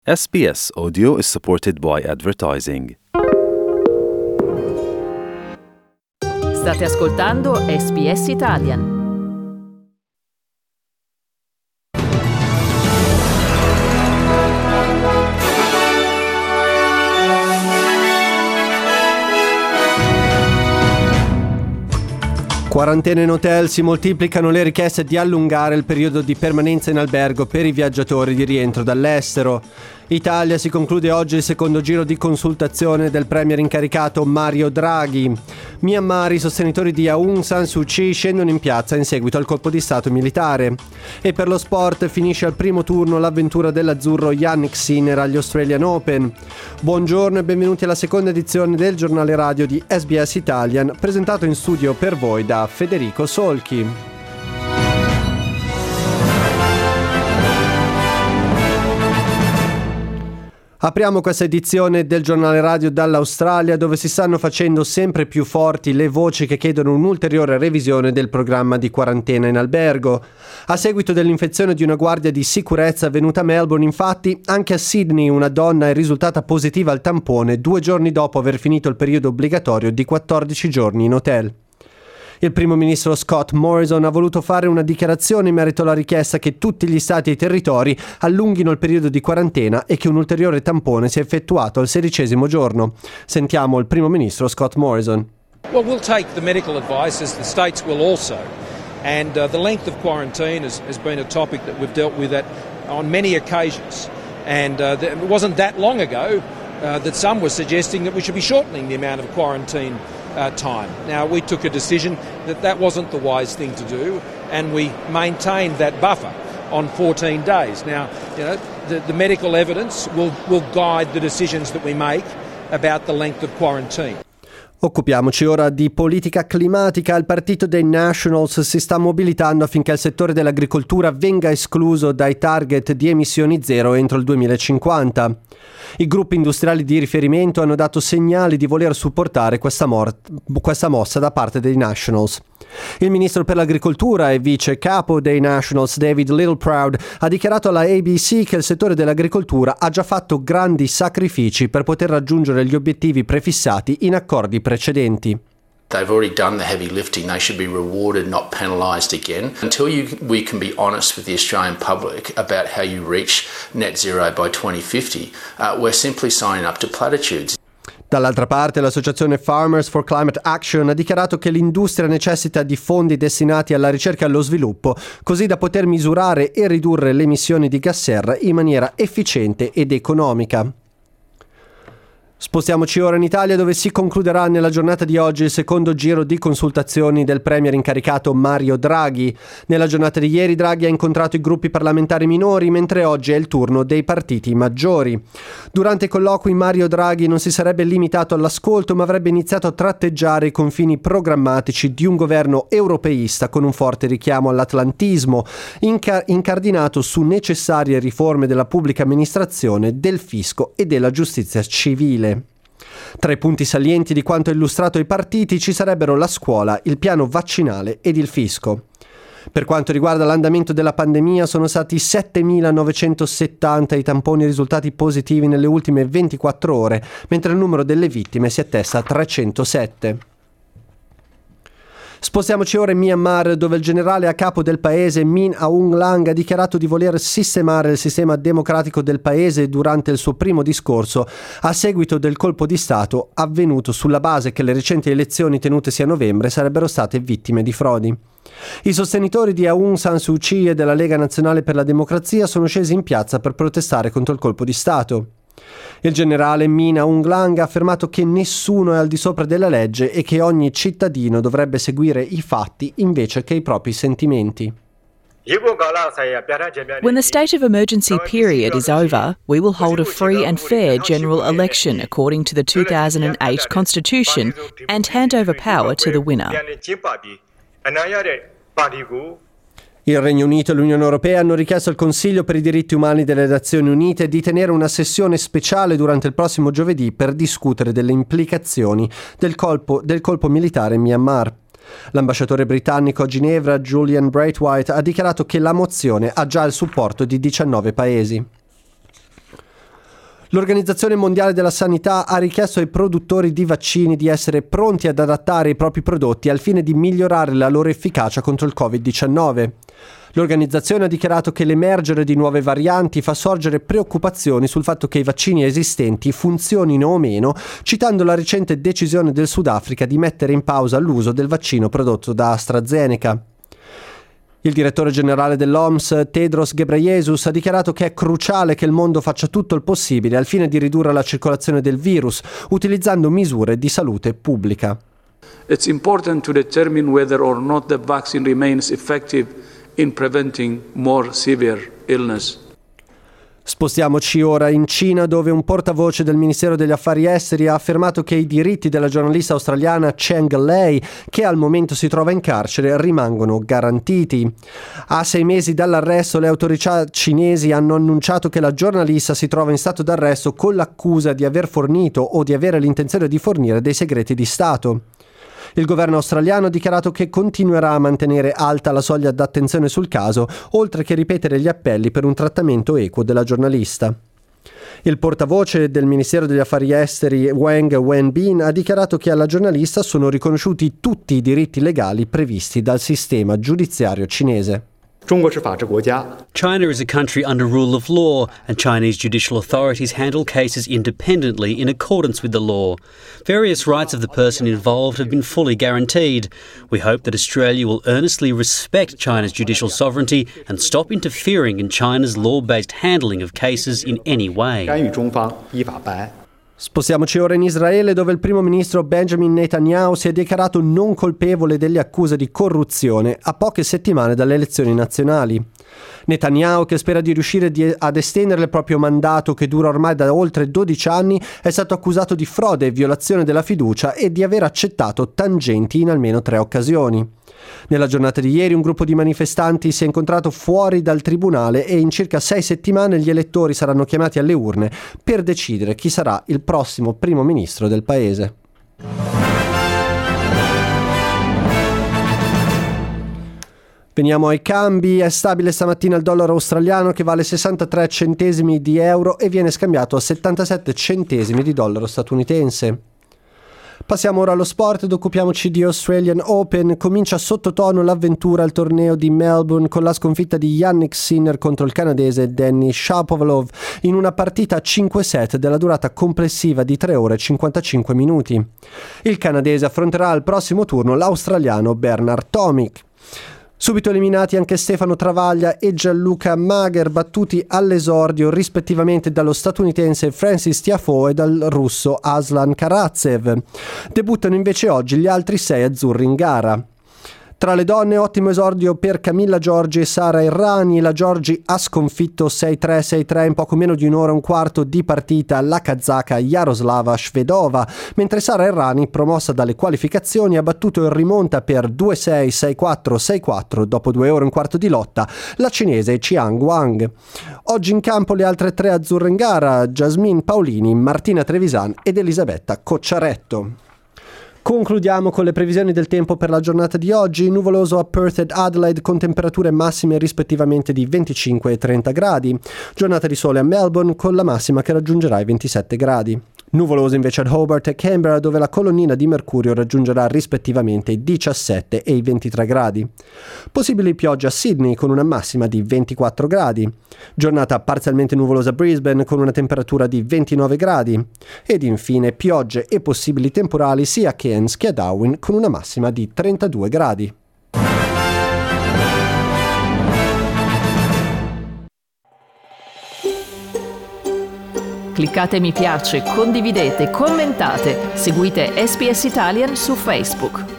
SBS Audio is supported by advertising. State ascoltando SBS Italian. Quarantena in hotel, si moltiplicano le richieste di allungare il periodo di permanenza in albergo per i viaggiatori di rientro dall'estero. Italia, si conclude oggi il secondo giro di consultazione del premier incaricato Mario Draghi. Myanmar, i sostenitori di Aung San Suu Kyi scendono in piazza in seguito al colpo di stato militare. E per lo sport finisce al primo turno l'avventura dell'azzurro Jannik Sinner agli Australian Open. Buongiorno e benvenuti alla seconda edizione del giornale radio di SBS Italian, presentato in studio per voi da Federico Solchi. Apriamo questa edizione del giornale radio dall'Australia, dove si stanno facendo sempre più forti le voci che chiedono un'ulteriore revisione del programma di quarantena in albergo. A seguito dell'infezione di una guardia di sicurezza avvenuta a Melbourne, infatti, anche a Sydney una donna è risultata positiva al tampone 2 giorni dopo aver finito il periodo obbligatorio di 14 giorni in hotel. Il primo ministro Scott Morrison ha voluto fare una dichiarazione in merito alla richiesta che tutti gli stati e i territori allunghino il periodo di quarantena e che un ulteriore tampone sia effettuato al 16° giorno. Sentiamo il primo ministro Scott Morrison. Well, we'll take the medical advice, as the states will also. And the length of quarantine has been a topic that we've dealt with on many occasions. And it wasn't that long ago that some were suggesting that we should be shortening the amount of quarantine time. Now, we took a decision that wasn't the wise thing to do, and we maintained that buffer on 14 days. Now, you know, the medical evidence will guide the decisions that we make about the length of quarantine. Occupiamoci ora di politica climatica. Il partito dei Nationals si sta mobilitando affinché il settore dell'agricoltura venga escluso dai target di emissioni zero entro il 2050. I gruppi industriali di riferimento hanno dato segnali di voler supportare questa mossa da parte dei Nationals. Il ministro per l'agricoltura e vice capo dei Nationals, David Littleproud, ha dichiarato alla ABC che il settore dell'agricoltura ha già fatto grandi sacrifici per poter raggiungere gli obiettivi prefissati in accordi precedenti. They've already done the heavy lifting. They should be rewarded, not penalised again. Until we can be honest with the Australian public about how you reach net zero by 2050, we're simply signing up to platitudes. Dall'altra parte, l'associazione Farmers for Climate Action ha dichiarato che l'industria necessita di fondi destinati alla ricerca e allo sviluppo, così da poter misurare e ridurre le emissioni di gas serra in maniera efficiente ed economica. Spostiamoci ora in Italia, dove si concluderà nella giornata di oggi il secondo giro di consultazioni del premier incaricato Mario Draghi. Nella giornata di ieri Draghi ha incontrato i gruppi parlamentari minori, mentre oggi è il turno dei partiti maggiori. Durante i colloqui Mario Draghi non si sarebbe limitato all'ascolto, ma avrebbe iniziato a tratteggiare i confini programmatici di un governo europeista con un forte richiamo all'atlantismo, incardinato su necessarie riforme della pubblica amministrazione, del fisco e della giustizia civile. Tra i punti salienti di quanto illustrato ai partiti ci sarebbero la scuola, il piano vaccinale ed il fisco. Per quanto riguarda l'andamento della pandemia, sono stati 7.970 i tamponi risultati positivi nelle ultime 24 ore, mentre il numero delle vittime si attesta a 307. Spostiamoci ora in Myanmar, dove il generale a capo del paese Min Aung Hlaing ha dichiarato di voler sistemare il sistema democratico del paese durante il suo primo discorso a seguito del colpo di stato avvenuto sulla base che le recenti elezioni tenutesi a novembre sarebbero state vittime di frodi. I sostenitori di Aung San Suu Kyi e della Lega Nazionale per la Democrazia sono scesi in piazza per protestare contro il colpo di stato. Il generale Min Aung Hlaing ha affermato che nessuno è al di sopra della legge e che ogni cittadino dovrebbe seguire i fatti invece che i propri sentimenti. When the state of emergency period is over, we will hold a free and fair general election according to the 2008 Constitution and hand over power to the winner. Il Regno Unito e l'Unione Europea hanno richiesto al Consiglio per i diritti umani delle Nazioni Unite di tenere una sessione speciale durante il prossimo giovedì per discutere delle implicazioni del colpo militare in Myanmar. L'ambasciatore britannico a Ginevra, Julian Braithwaite, ha dichiarato che la mozione ha già il supporto di 19 paesi. L'Organizzazione Mondiale della Sanità ha richiesto ai produttori di vaccini di essere pronti ad adattare i propri prodotti al fine di migliorare la loro efficacia contro il Covid-19. L'organizzazione ha dichiarato che l'emergere di nuove varianti fa sorgere preoccupazioni sul fatto che i vaccini esistenti funzionino o meno, citando la recente decisione del Sudafrica di mettere in pausa l'uso del vaccino prodotto da AstraZeneca. Il direttore generale dell'OMS, Tedros Ghebreyesus, ha dichiarato che è cruciale che il mondo faccia tutto il possibile al fine di ridurre la circolazione del virus, utilizzando misure di salute pubblica. It's important to determine whether or not the vaccine remains effective in preventing more severe illness. Spostiamoci ora in Cina, dove un portavoce del Ministero degli Affari Esteri ha affermato che i diritti della giornalista australiana Cheng Lei, che al momento si trova in carcere, rimangono garantiti. A 6 mesi dall'arresto, le autorità cinesi hanno annunciato che la giornalista si trova in stato d'arresto con l'accusa di aver fornito o di avere l'intenzione di fornire dei segreti di Stato. Il governo australiano ha dichiarato che continuerà a mantenere alta la soglia d'attenzione sul caso, oltre che ripetere gli appelli per un trattamento equo della giornalista. Il portavoce del Ministero degli Affari Esteri Wang Wenbin ha dichiarato che alla giornalista sono riconosciuti tutti i diritti legali previsti dal sistema giudiziario cinese. China is a country under rule of law, and Chinese judicial authorities handle cases independently in accordance with the law. Various rights of the person involved have been fully guaranteed. We hope that Australia will earnestly respect China's judicial sovereignty and stop interfering in China's law-based handling of cases in any way. Spostiamoci ora in Israele, dove il primo ministro Benjamin Netanyahu si è dichiarato non colpevole delle accuse di corruzione a poche settimane dalle elezioni nazionali. Netanyahu, che spera di riuscire ad estendere il proprio mandato che dura ormai da oltre 12 anni, è stato accusato di frode e violazione della fiducia e di aver accettato tangenti in almeno 3 occasioni. Nella giornata di ieri un gruppo di manifestanti si è incontrato fuori dal tribunale e in circa 6 settimane gli elettori saranno chiamati alle urne per decidere chi sarà il prossimo primo ministro del paese. Veniamo ai cambi. È stabile stamattina il dollaro australiano, che vale 63 centesimi di euro e viene scambiato a 77 centesimi di dollaro statunitense. Passiamo ora allo sport ed occupiamoci di Australian Open. Comincia sottotono l'avventura al torneo di Melbourne con la sconfitta di Jannik Sinner contro il canadese Denis Shapovalov in una partita a 5 set della durata complessiva di 3 ore e 55 minuti. Il canadese affronterà al prossimo turno l'australiano Bernard Tomic. Subito eliminati anche Stefano Travaglia e Gianluca Mager, battuti all'esordio rispettivamente dallo statunitense Francis Tiafoe e dal russo Aslan Karatsev. Debuttano invece oggi gli altri 6 azzurri in gara. Tra le donne, ottimo esordio per Camilla Giorgi e Sara Errani. La Giorgi ha sconfitto 6-3, 6-3 in poco meno di un'ora e un quarto di partita la kazaka Jaroslava Shvedova, mentre Sara Errani, promossa dalle qualificazioni, ha battuto in rimonta per 2-6, 6-4, 6-4 dopo 2 ore e un quarto di lotta la cinese Qiang Wang. Oggi in campo le altre 3 azzurre in gara: Jasmine Paolini, Martina Trevisan ed Elisabetta Cocciaretto. Concludiamo con le previsioni del tempo per la giornata di oggi. Nuvoloso a Perth ed Adelaide con temperature massime rispettivamente di 25 e 30 gradi. Giornata di sole a Melbourne con la massima che raggiungerà i 27 gradi. Nuvoloso invece ad Hobart e Canberra, dove la colonnina di mercurio raggiungerà rispettivamente i 17 e i 23 gradi. Possibili piogge a Sydney con una massima di 24 gradi. Giornata parzialmente nuvolosa a Brisbane con una temperatura di 29 gradi. Ed infine piogge e possibili temporali sia a Cairns che a Darwin con una massima di 32 gradi. Cliccate mi piace, condividete, commentate, seguite SPS Italian su Facebook.